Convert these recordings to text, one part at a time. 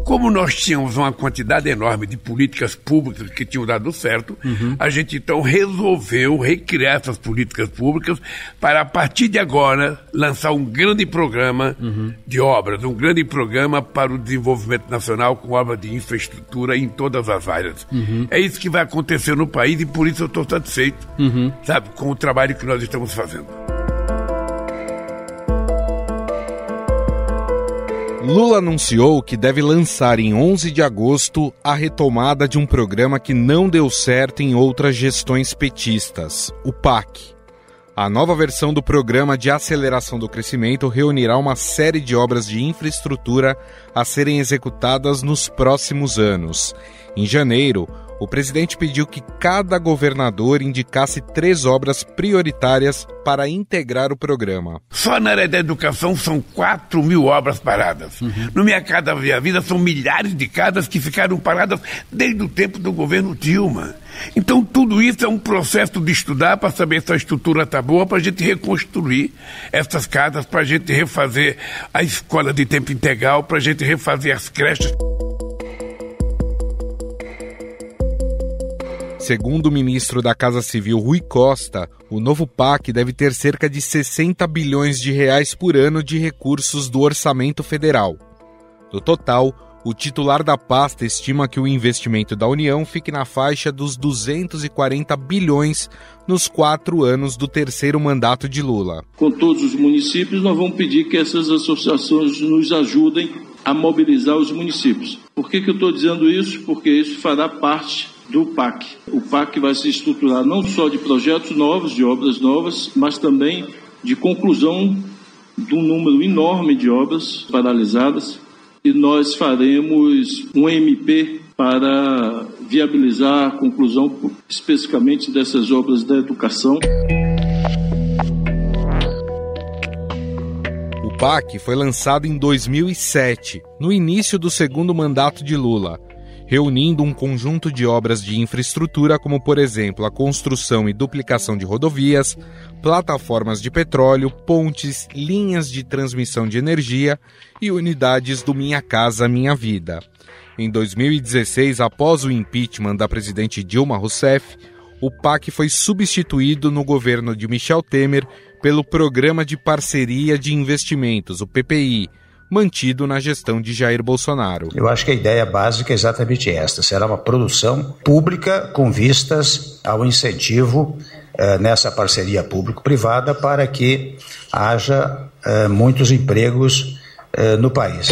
Como nós tínhamos uma quantidade enorme de políticas públicas que tinham dado certo, a gente então resolveu recriar essas políticas públicas para, a partir de agora, lançar um grande programa de obras, um grande programa para o desenvolvimento nacional com obras de infraestrutura em todas as áreas. É isso que vai acontecer no país e por isso eu estou satisfeito, sabe, com o trabalho que nós estamos fazendo. Lula anunciou que deve lançar em 11 de agosto a retomada de um programa que não deu certo em outras gestões petistas, o PAC. A nova versão do Programa de Aceleração do Crescimento reunirá uma série de obras de infraestrutura a serem executadas nos próximos anos. Em janeiro, o presidente pediu que cada governador indicasse 3 obras prioritárias para integrar o programa. Só na área da educação são 4.000 obras paradas. No Minha Casa Minha Vida são milhares de casas que ficaram paradas desde o tempo do governo Dilma. Então tudo isso é um processo de estudar para saber se a estrutura está boa, para a gente reconstruir essas casas, para a gente refazer a escola de tempo integral, para a gente refazer as creches. Segundo o ministro da Casa Civil, Rui Costa, o novo PAC deve ter cerca de 60 bilhões de reais por ano de recursos do orçamento federal. Do total, o titular da pasta estima que o investimento da União fique na faixa dos 240 bilhões nos 4 anos do terceiro mandato de Lula. Com todos os municípios, nós vamos pedir que essas associações nos ajudem a mobilizar os municípios. Por que eu estou dizendo isso? Porque isso fará parte do PAC. O PAC vai se estruturar não só de projetos novos, de obras novas, mas também de conclusão de um número enorme de obras paralisadas, e nós faremos um MP para viabilizar a conclusão especificamente dessas obras da educação. O PAC foi lançado em 2007, no início do segundo mandato de Lula, reunindo um conjunto de obras de infraestrutura como, por exemplo, a construção e duplicação de rodovias, plataformas de petróleo, pontes, linhas de transmissão de energia e unidades do Minha Casa Minha Vida. Em 2016, após o impeachment da presidente Dilma Rousseff, o PAC foi substituído no governo de Michel Temer pelo Programa de Parceria de Investimentos, o PPI, mantido na gestão de Jair Bolsonaro. Eu acho que a ideia básica é exatamente esta: será uma produção pública com vistas ao incentivo nessa parceria público-privada para que haja muitos empregos no país.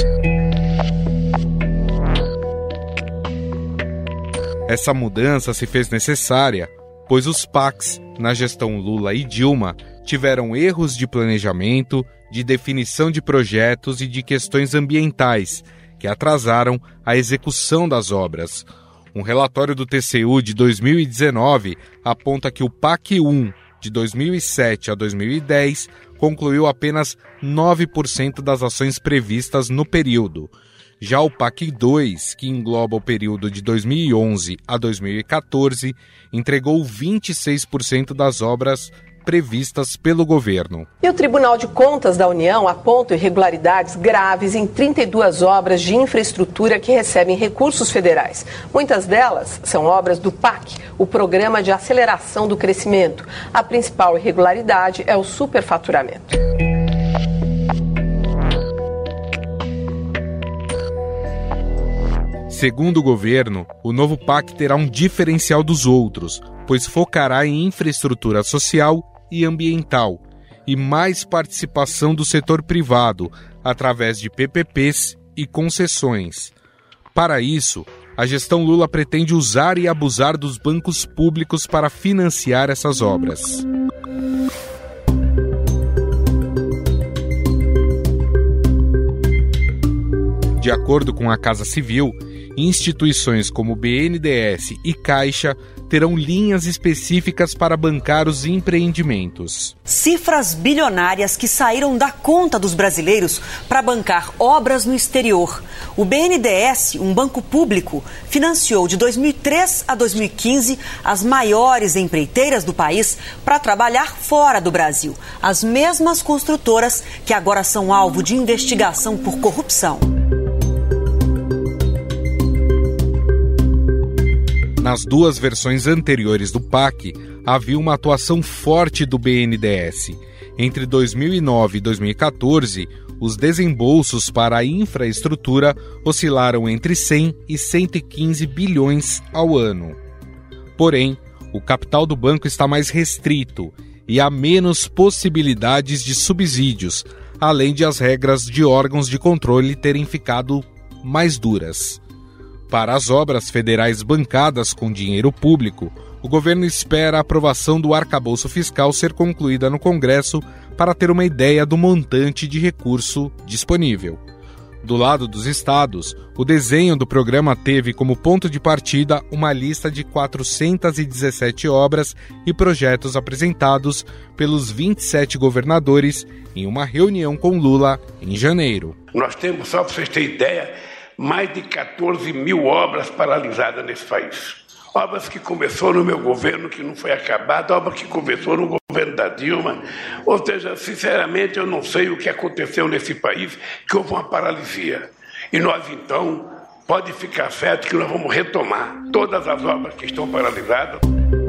Essa mudança se fez necessária, pois os PACs, na gestão Lula e Dilma, tiveram erros de planejamento, de definição de projetos e de questões ambientais, que atrasaram a execução das obras. Um relatório do TCU de 2019 aponta que o PAC 1, de 2007 a 2010, concluiu apenas 9% das ações previstas no período. Já o PAC 2, que engloba o período de 2011 a 2014, entregou 26% das obras previstas pelo governo. E o Tribunal de Contas da União aponta irregularidades graves em 32 obras de infraestrutura que recebem recursos federais. Muitas delas são obras do PAC, o Programa de Aceleração do Crescimento. A principal irregularidade é o superfaturamento. Segundo o governo, o novo PAC terá um diferencial dos outros, pois focará em infraestrutura social e ambiental e mais participação do setor privado através de PPPs e concessões. Para isso, a gestão Lula pretende usar e abusar dos bancos públicos para financiar essas obras. De acordo com a Casa Civil, instituições como BNDES e Caixa terão linhas específicas para bancar os empreendimentos. Cifras bilionárias que saíram da conta dos brasileiros para bancar obras no exterior. O BNDES, um banco público, financiou de 2003 a 2015 as maiores empreiteiras do país para trabalhar fora do Brasil. As mesmas construtoras que agora são alvo de investigação por corrupção. Nas duas versões anteriores do PAC, havia uma atuação forte do BNDES. Entre 2009 e 2014, os desembolsos para a infraestrutura oscilaram entre 100 e 115 bilhões ao ano. Porém, o capital do banco está mais restrito e há menos possibilidades de subsídios, além de as regras de órgãos de controle terem ficado mais duras. Para as obras federais bancadas com dinheiro público, o governo espera a aprovação do arcabouço fiscal ser concluída no Congresso para ter uma ideia do montante de recurso disponível. Do lado dos estados, o desenho do programa teve como ponto de partida uma lista de 417 obras e projetos apresentados pelos 27 governadores em uma reunião com Lula em janeiro. Nós temos, só para vocês terem ideia, mais de 14 mil obras paralisadas nesse país. Obras que começou no meu governo, que não foi acabada, obra que começou no governo da Dilma. Ou seja, sinceramente, eu não sei o que aconteceu nesse país, que houve uma paralisia. E nós, então, pode ficar certo que nós vamos retomar todas as obras que estão paralisadas.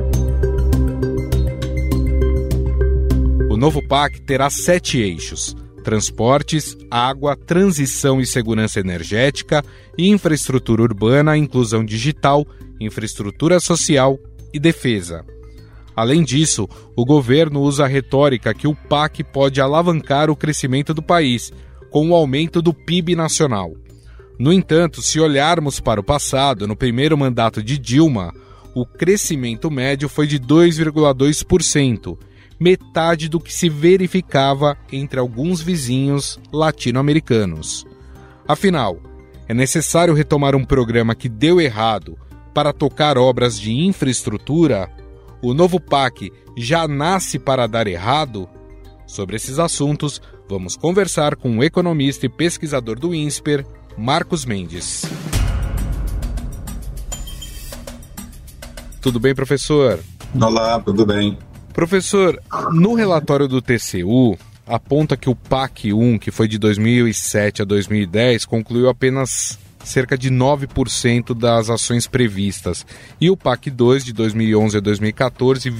O novo PAC terá 7 eixos: transportes, água, transição e segurança energética, infraestrutura urbana, inclusão digital, infraestrutura social e defesa. Além disso, o governo usa a retórica que o PAC pode alavancar o crescimento do país, com o aumento do PIB nacional. No entanto, se olharmos para o passado, no primeiro mandato de Dilma, o crescimento médio foi de 2,2%, metade do que se verificava entre alguns vizinhos latino-americanos. Afinal, é necessário retomar um programa que deu errado para tocar obras de infraestrutura? O novo PAC já nasce para dar errado? Sobre esses assuntos, vamos conversar com o economista e pesquisador do INSPER, Marcos Mendes. Tudo bem, professor? Olá, tudo bem. Professor, no relatório do TCU, aponta que o PAC 1, que foi de 2007 a 2010, concluiu apenas cerca de 9% das ações previstas. E o PAC 2, de 2011 a 2014,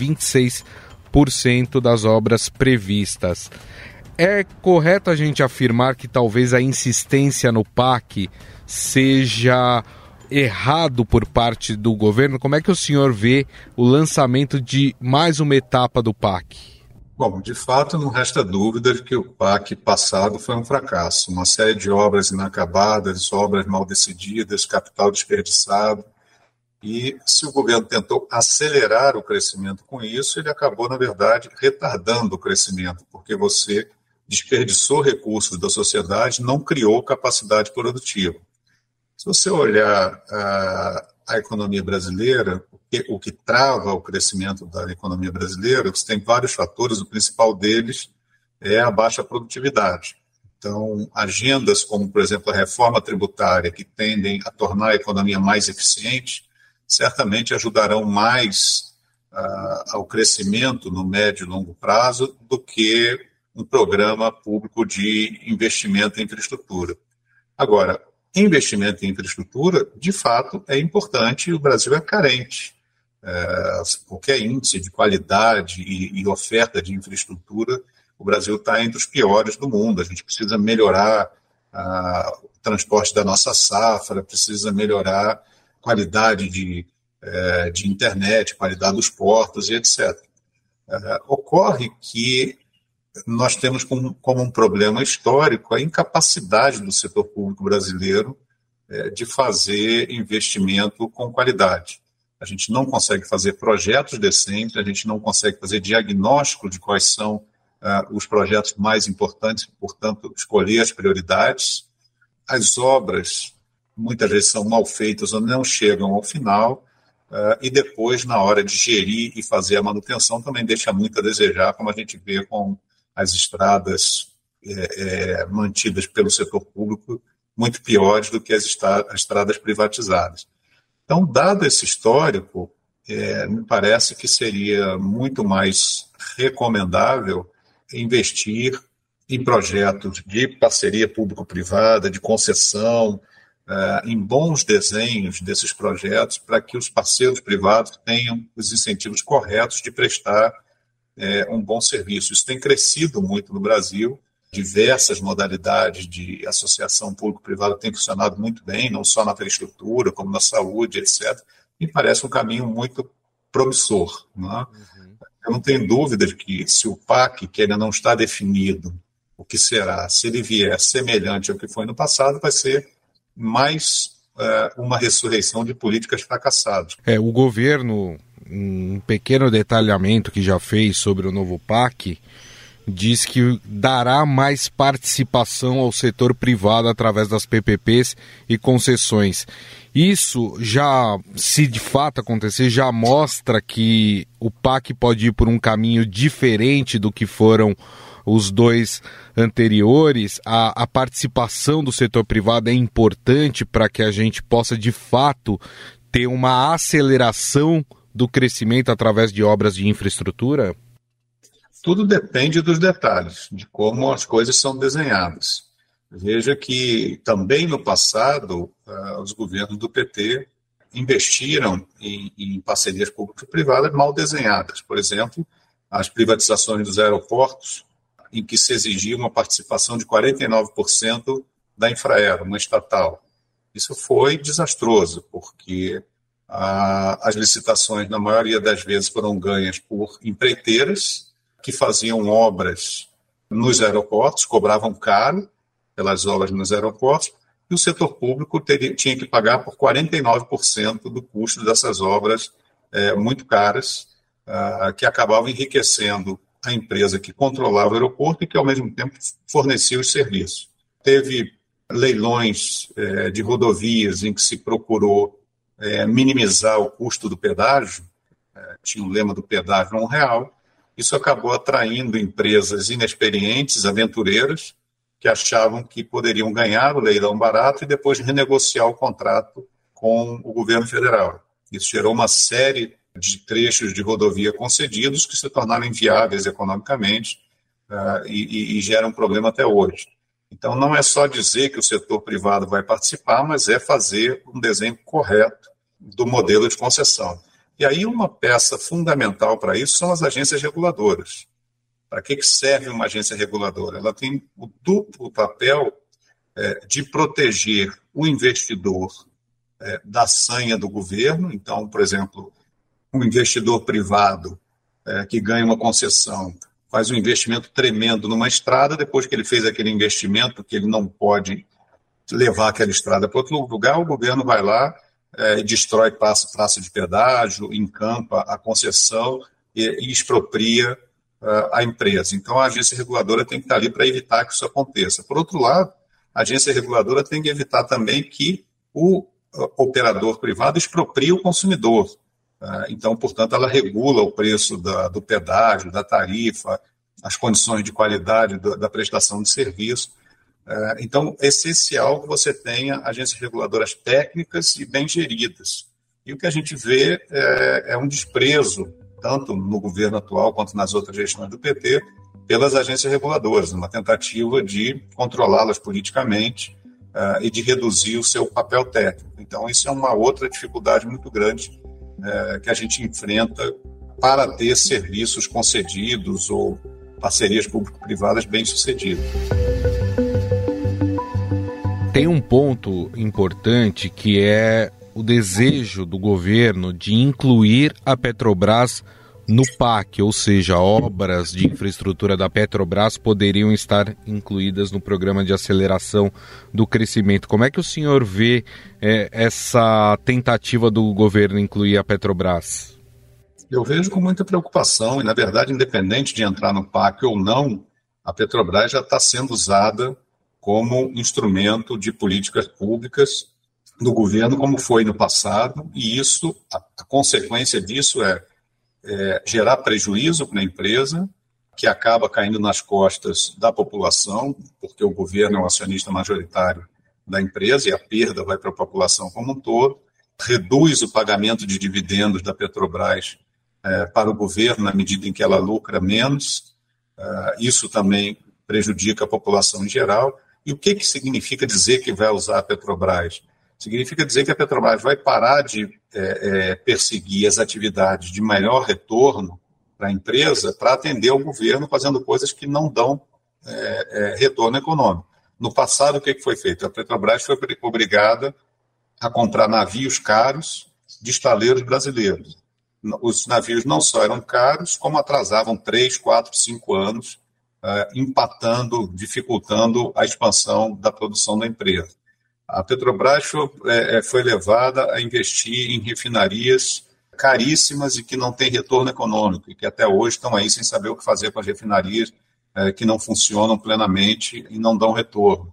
26% das obras previstas. É correto a gente afirmar que talvez a insistência no PAC seja errado por parte do governo? Como é que o senhor vê o lançamento de mais uma etapa do PAC? Bom, de fato, não resta dúvida de que o PAC passado foi um fracasso. Uma série de obras inacabadas, obras mal decididas, capital desperdiçado. E se o governo tentou acelerar o crescimento com isso, ele acabou, na verdade, retardando o crescimento, porque você desperdiçou recursos da sociedade, não criou capacidade produtiva. Se você olhar a economia brasileira, o que trava o crescimento da economia brasileira, você tem vários fatores, o principal deles é a baixa produtividade. Então, agendas como, por exemplo, a reforma tributária, que tendem a tornar a economia mais eficiente, certamente ajudarão mais ao crescimento no médio e longo prazo do que um programa público de investimento em infraestrutura. Agora, investimento em infraestrutura, de fato, é importante e o Brasil é carente. Qualquer índice de qualidade e oferta de infraestrutura, o Brasil está entre os piores do mundo. A gente precisa melhorar o transporte da nossa safra, precisa melhorar a qualidade de internet, qualidade dos portos e etc. Ocorre que nós temos como um problema histórico a incapacidade do setor público brasileiro de fazer investimento com qualidade. A gente não consegue fazer projetos decentes, a gente não consegue fazer diagnóstico de quais são os projetos mais importantes, portanto, escolher as prioridades. As obras, muitas vezes, são mal feitas ou não chegam ao final, e depois, na hora de gerir e fazer a manutenção, também deixa muito a desejar, como a gente vê com as estradas mantidas pelo setor público, muito piores do que as estradas privatizadas. Então, dado esse histórico, me parece que seria muito mais recomendável investir em projetos de parceria público-privada, de concessão, em bons desenhos desses projetos para que os parceiros privados tenham os incentivos corretos de prestar um bom serviço. Isso tem crescido muito no Brasil, diversas modalidades de associação público-privada têm funcionado muito bem, não só na infraestrutura, como na saúde, etc. Me parece um caminho muito promissor. Não é? Eu não tenho dúvida de que se o PAC, que ainda não está definido o que será, se ele vier semelhante ao que foi no passado, vai ser mais uma ressurreição de políticas fracassadas. O governo, um pequeno detalhamento que já fez sobre o novo PAC, diz que dará mais participação ao setor privado através das PPPs e concessões. Isso já, se de fato acontecer, já mostra que o PAC pode ir por um caminho diferente do que foram os dois anteriores. A participação do setor privado é importante para que a gente possa, de fato, ter uma aceleração do crescimento através de obras de infraestrutura? Tudo depende dos detalhes, de como as coisas são desenhadas. Veja que também no passado, os governos do PT investiram em parcerias público-privadas mal desenhadas. Por exemplo, as privatizações dos aeroportos, em que se exigia uma participação de 49% da Infraero, uma estatal. Isso foi desastroso, porque as licitações, na maioria das vezes, foram ganhas por empreiteiras que faziam obras nos aeroportos, cobravam caro pelas obras nos aeroportos, e o setor público tinha que pagar por 49% do custo dessas obras muito caras, que acabavam enriquecendo a empresa que controlava o aeroporto e que, ao mesmo tempo, fornecia os serviços. Teve leilões de rodovias em que se procurou minimizar o custo do pedágio, tinha o lema do pedágio a R$1. Isso acabou atraindo empresas inexperientes, aventureiras, que achavam que poderiam ganhar o leilão barato e depois renegociar o contrato com o governo federal. Isso gerou uma série de trechos de rodovia concedidos que se tornaram inviáveis economicamente e geram um problema até hoje. Então, não é só dizer que o setor privado vai participar, mas é fazer um desenho correto do modelo de concessão. E aí uma peça fundamental para isso são as agências reguladoras. Para que serve uma agência reguladora? Ela tem o duplo papel de proteger o investidor da sanha do governo. Então, por exemplo, um investidor privado que ganha uma concessão faz um investimento tremendo numa estrada, depois que ele fez aquele investimento, que ele não pode levar aquela estrada para outro lugar, o governo vai lá e destrói praça de pedágio, encampa a concessão e expropria a empresa. Então, a agência reguladora tem que estar ali para evitar que isso aconteça. Por outro lado, a agência reguladora tem que evitar também que o operador privado exproprie o consumidor. Então, portanto, ela regula o preço do pedágio, da tarifa, as condições de qualidade da prestação de serviço. Então, é essencial que você tenha agências reguladoras técnicas e bem geridas. E o que a gente vê é um desprezo, tanto no governo atual quanto nas outras gestões do PT, pelas agências reguladoras, uma tentativa de controlá-las politicamente e de reduzir o seu papel técnico. Então, isso é uma outra dificuldade muito grande que a gente enfrenta para ter serviços concedidos ou parcerias público-privadas bem-sucedidas. Tem um ponto importante que é o desejo do governo de incluir a Petrobras no PAC, ou seja, obras de infraestrutura da Petrobras poderiam estar incluídas no programa de aceleração do crescimento. Como é que o senhor vê essa tentativa do governo incluir a Petrobras? Eu vejo com muita preocupação e, na verdade, independente de entrar no PAC ou não, a Petrobras já está sendo usada como instrumento de políticas públicas do governo, como foi no passado, e isso, a consequência disso é gerar prejuízo para a empresa, que acaba caindo nas costas da população, porque o governo é o acionista majoritário da empresa e a perda vai para a população como um todo, reduz o pagamento de dividendos da Petrobras para o governo na medida em que ela lucra menos, isso também prejudica a população em geral. E o que significa dizer que vai usar a Petrobras? Significa dizer que a Petrobras vai parar de perseguir as atividades de maior retorno para a empresa para atender ao governo fazendo coisas que não dão retorno econômico. No passado, o que foi feito? A Petrobras foi obrigada a comprar navios caros de estaleiros brasileiros. Os navios não só eram caros, como atrasavam 3, 4, 5 anos, empatando, dificultando a expansão da produção da empresa. A Petrobras foi levada a investir em refinarias caríssimas e que não têm retorno econômico, e que até hoje estão aí sem saber o que fazer com as refinarias que não funcionam plenamente e não dão retorno.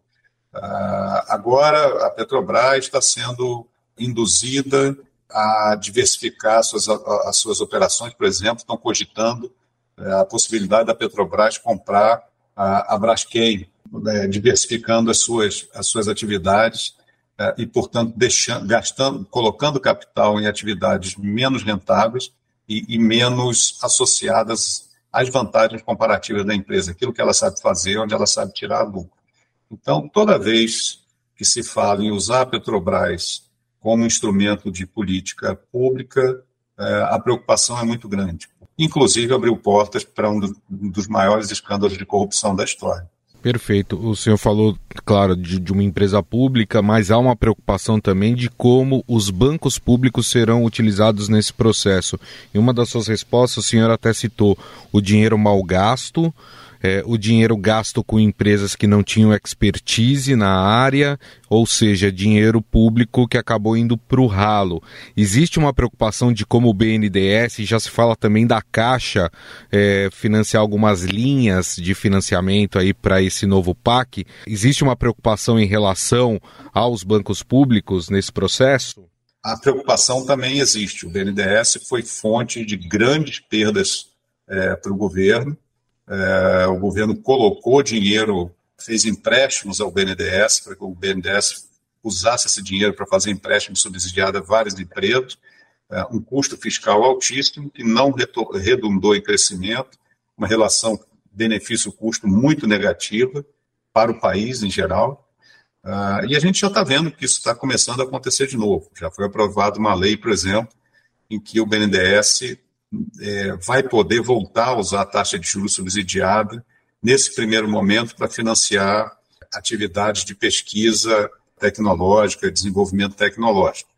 Agora, a Petrobras está sendo induzida a diversificar as suas operações, por exemplo, estão cogitando a possibilidade da Petrobras comprar a Braskem, diversificando as suas atividades e, portanto, colocando capital em atividades menos rentáveis e menos associadas às vantagens comparativas da empresa, aquilo que ela sabe fazer, onde ela sabe tirar lucro. Então, toda vez que se fala em usar a Petrobras como instrumento de política pública, a preocupação é muito grande. Inclusive, abriu portas para um dos maiores escândalos de corrupção da história. Perfeito. O senhor falou, claro, de uma empresa pública, mas há uma preocupação também de como os bancos públicos serão utilizados nesse processo. Em uma das suas respostas, o senhor até citou o dinheiro mal gasto, o dinheiro gasto com empresas que não tinham expertise na área, ou seja, dinheiro público que acabou indo para o ralo. Existe uma preocupação de como o BNDES, já se fala também da Caixa, financiar algumas linhas de financiamento aí para esse novo PAC. Existe uma preocupação em relação aos bancos públicos nesse processo? A preocupação também existe. O BNDES foi fonte de grandes perdas para o governo. O governo colocou dinheiro, fez empréstimos ao BNDES, para que o BNDES usasse esse dinheiro para fazer empréstimo subsidiado a vários empregos, um custo fiscal altíssimo, que não redundou em crescimento, uma relação benefício-custo muito negativa para o país em geral. E a gente já está vendo que isso está começando a acontecer de novo. Já foi aprovada uma lei, por exemplo, em que o BNDES vai poder voltar a usar a taxa de juros subsidiada nesse primeiro momento para financiar atividades de pesquisa tecnológica, desenvolvimento tecnológico.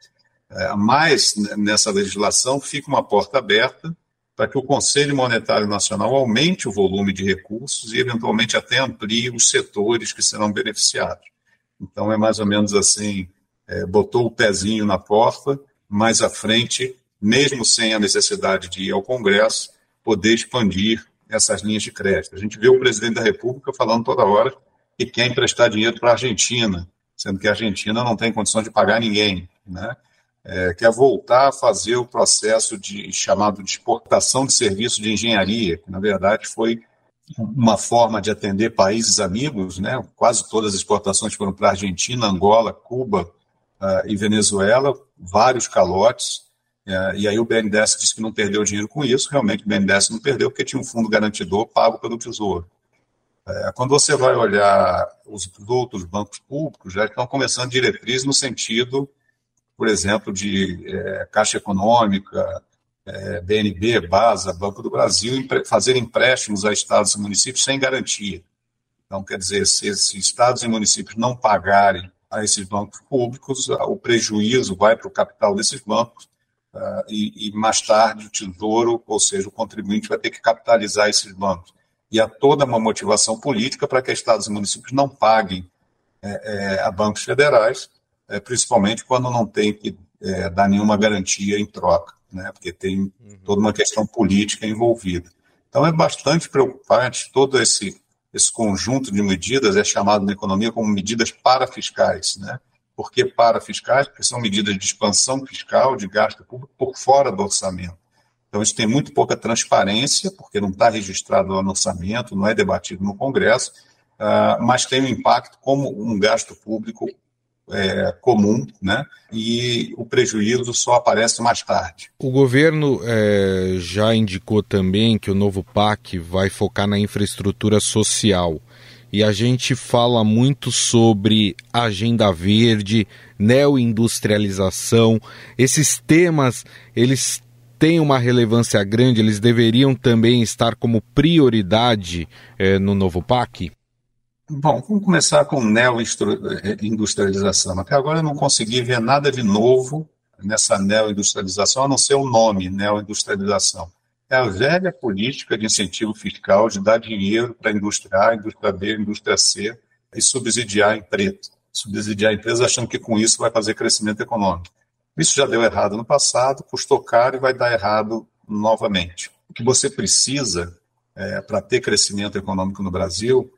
Mas nessa legislação fica uma porta aberta para que o Conselho Monetário Nacional aumente o volume de recursos e eventualmente até amplie os setores que serão beneficiados. Então é mais ou menos assim, botou o pezinho na porta, mais à frente, mesmo sem a necessidade de ir ao Congresso, poder expandir essas linhas de crédito. A gente vê o presidente da República falando toda hora que quer emprestar dinheiro para a Argentina, sendo que a Argentina não tem condições de pagar ninguém, né? Quer voltar a fazer o processo chamado de exportação de serviços de engenharia, que na verdade foi uma forma de atender países amigos, né? Quase todas as exportações foram para a Argentina, Angola, Cuba e Venezuela, vários calotes. E aí o BNDES disse que não perdeu dinheiro com isso. Realmente o BNDES não perdeu porque tinha um fundo garantidor pago pelo Tesouro. Quando você vai olhar os outros bancos públicos, já estão começando diretrizes no sentido, por exemplo, de Caixa Econômica, BNB, BASA, Banco do Brasil, fazer empréstimos a estados e municípios sem garantia. Então, quer dizer, se estados e municípios não pagarem a esses bancos públicos, o prejuízo vai para o capital desses bancos, e mais tarde o Tesouro, ou seja, o contribuinte vai ter que capitalizar esses bancos. E há toda uma motivação política para que estados e municípios não paguem a bancos federais, principalmente quando não tem que dar nenhuma garantia em troca, né? Porque tem toda uma questão política envolvida. Então é bastante preocupante todo esse conjunto de medidas, é chamado na economia como medidas parafiscais, né? Por que parafiscais? Porque são medidas de expansão fiscal, de gasto público por fora do orçamento. Então, isso tem muito pouca transparência, porque não está registrado no orçamento, não é debatido no Congresso, mas tem um impacto como um gasto público comum, né? E o prejuízo só aparece mais tarde. O governo já indicou também que o novo PAC vai focar na infraestrutura social. e a gente fala muito sobre agenda verde, neoindustrialização. Esses temas, eles têm uma relevância grande, eles deveriam também estar como prioridade no novo PAC? Bom, vamos começar com neoindustrialização. Até agora eu não consegui ver nada de novo nessa neoindustrialização, a não ser o nome, neoindustrialização. É a velha política de incentivo fiscal de dar dinheiro para a indústria A, indústria B, indústria C e subsidiar a empresa. Subsidiar a empresa achando que com isso vai fazer crescimento econômico. Isso já deu errado no passado, custou caro e vai dar errado novamente. O que você precisa para ter crescimento econômico no Brasil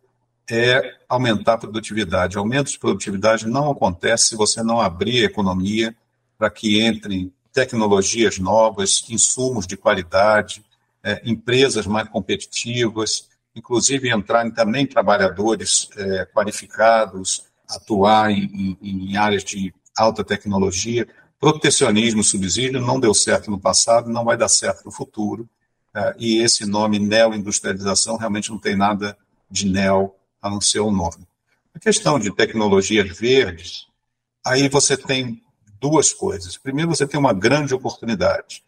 é aumentar a produtividade. Aumento de produtividade não acontece se você não abrir a economia para que entrem tecnologias novas, insumos de qualidade, empresas mais competitivas, inclusive entrarem também trabalhadores qualificados, atuar em áreas de alta tecnologia. Protecionismo, subsídio não deu certo no passado, não vai dar certo no futuro, e esse nome neoindustrialização realmente não tem nada de neo a não ser o nome. A questão de tecnologias verdes, aí você tem duas coisas. Primeiro, você tem uma grande oportunidade.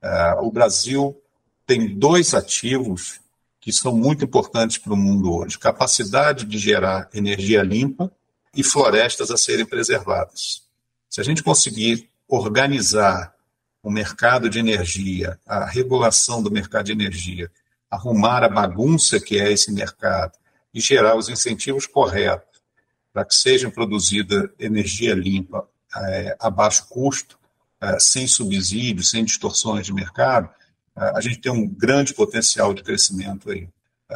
O Brasil tem dois ativos que são muito importantes para o mundo hoje: capacidade de gerar energia limpa e florestas a serem preservadas. Se a gente conseguir organizar o mercado de energia, a regulação do mercado de energia, arrumar a bagunça que é esse mercado e gerar os incentivos corretos para que seja produzida energia limpa a baixo custo, sem subsídios, sem distorções de mercado, a gente tem um grande potencial de crescimento aí.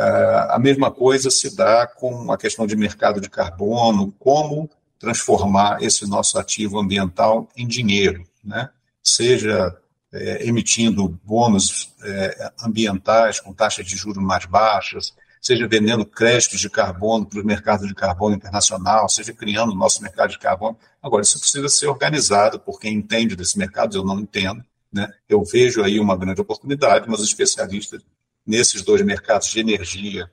A mesma coisa se dá com a questão de mercado de carbono, como transformar esse nosso ativo ambiental em dinheiro, né? Seja emitindo bônus ambientais com taxas de juros mais baixas, seja vendendo créditos de carbono para o mercado de carbono internacional, seja criando o nosso mercado de carbono. Agora, isso precisa ser organizado por quem entende desse mercado, eu não entendo, né? Eu vejo aí uma grande oportunidade, mas os especialistas nesses dois mercados de energia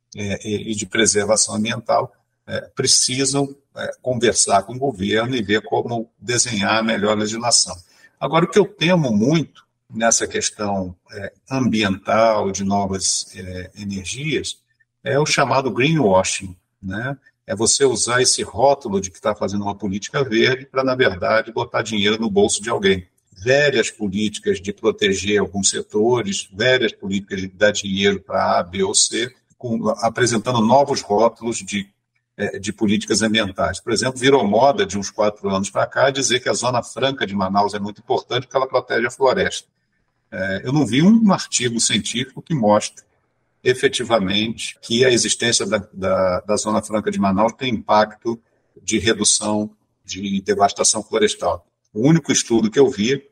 e de preservação ambiental precisam conversar com o governo e ver como desenhar a melhor legislação. Agora, o que eu temo muito nessa questão ambiental de novas energias é o chamado greenwashing, né? É você usar esse rótulo de que está fazendo uma política verde para, na verdade, botar dinheiro no bolso de alguém. Velhas políticas de proteger alguns setores, velhas políticas de dar dinheiro para A, B ou C, apresentando novos rótulos de políticas ambientais. Por exemplo, virou moda de uns 4 anos para cá dizer que a Zona Franca de Manaus é muito importante porque ela protege a floresta. Eu não vi um artigo científico que mostre efetivamente que a existência da Zona Franca de Manaus tem impacto de redução de devastação florestal. O único estudo que eu vi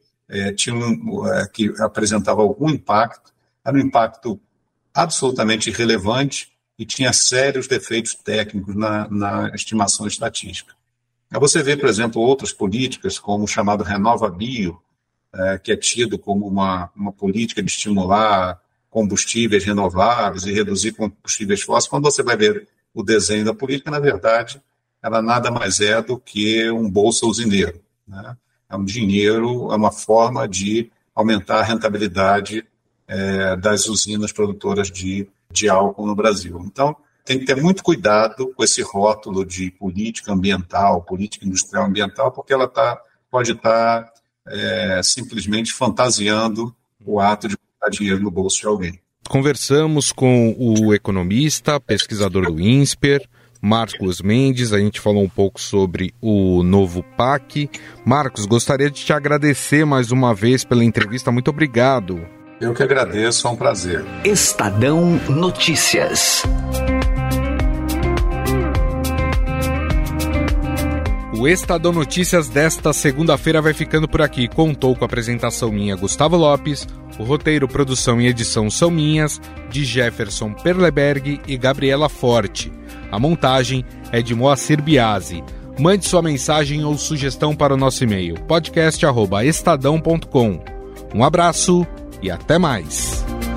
que apresentava algum impacto, era um impacto absolutamente irrelevante e tinha sérios defeitos técnicos na estimação estatística. Aí você vê, por exemplo, outras políticas, como o chamado RenovaBio, que é tido como uma política de estimular combustíveis renováveis e reduzir combustíveis fósseis. Quando você vai ver o desenho da política, na verdade, ela nada mais é do que um bolsa usineiro, né? É um dinheiro, é uma forma de aumentar a rentabilidade das usinas produtoras de álcool no Brasil. Então, tem que ter muito cuidado com esse rótulo de política ambiental, política industrial ambiental, porque ela pode estar simplesmente fantasiando o ato de botar dinheiro no bolso de alguém. Conversamos com o economista, pesquisador do INSPER, Marcos Mendes. A gente falou um pouco sobre o novo PAC. Marcos, gostaria de te agradecer mais uma vez pela entrevista. Muito obrigado. Eu que agradeço, é um prazer. Estadão Notícias. O Estadão Notícias desta segunda-feira vai ficando por aqui. Contou com a apresentação minha, Gustavo Lopes. O roteiro, produção e edição são minhas, de Jefferson Perleberg e Gabriela Forte. A montagem é de Moacir Biasi. Mande sua mensagem ou sugestão para o nosso e-mail, podcast@estadão.com. Um abraço e até mais.